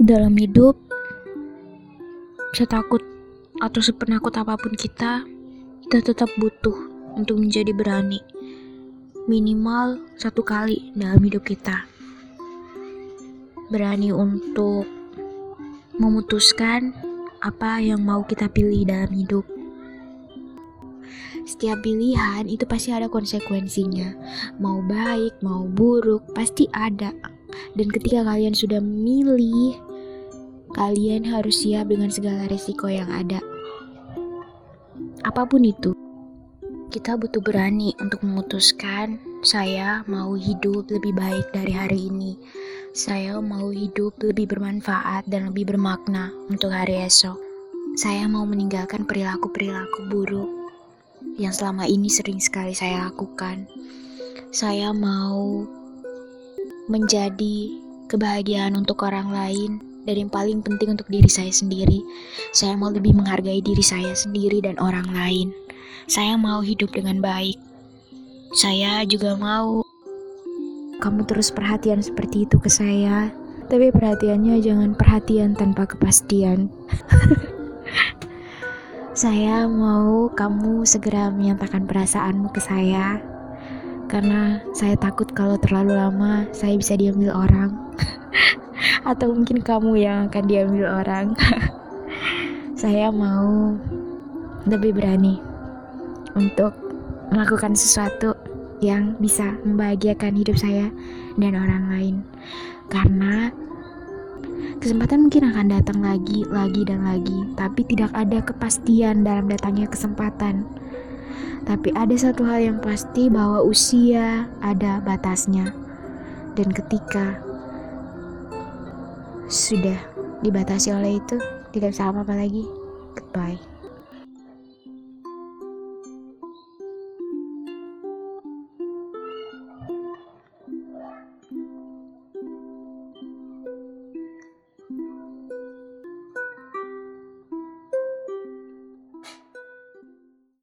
Dalam hidup, setakut atau sepenakut apapun kita tetap butuh untuk menjadi berani. Minimal 1 kali dalam hidup kita. Berani untuk memutuskan apa yang mau kita pilih dalam hidup. Setiap pilihan itu pasti ada konsekuensinya. Mau baik, mau buruk, pasti ada. Dan ketika kalian sudah memilih, kalian harus siap dengan segala risiko yang ada. Apapun itu, kita butuh berani untuk memutuskan, saya mau hidup lebih baik dari hari ini. Saya mau hidup lebih bermanfaat dan lebih bermakna untuk hari esok. Saya mau meninggalkan perilaku-perilaku buruk yang selama ini sering sekali saya lakukan. Saya mau menjadi kebahagiaan untuk orang lain, dan yang paling penting untuk diri saya sendiri. Saya mau lebih menghargai diri saya sendiri dan orang lain. Saya mau hidup dengan baik. Saya juga mau kamu terus perhatian seperti itu ke saya. Tapi perhatiannya jangan perhatian tanpa kepastian. Saya mau kamu segera menyatakan perasaanmu ke saya, karena saya takut kalau terlalu lama saya bisa diambil orang. Atau mungkin kamu yang akan diambil orang. Saya mau lebih berani untuk melakukan sesuatu yang bisa membahagiakan hidup saya dan orang lain. Karena kesempatan mungkin akan datang lagi dan lagi, tapi tidak ada kepastian dalam datangnya kesempatan. Tapi ada satu hal yang pasti, bahwa usia ada batasnya. Dan ketika sudah dibatasi oleh itu, tidak bisa apa-apa lagi. Goodbye.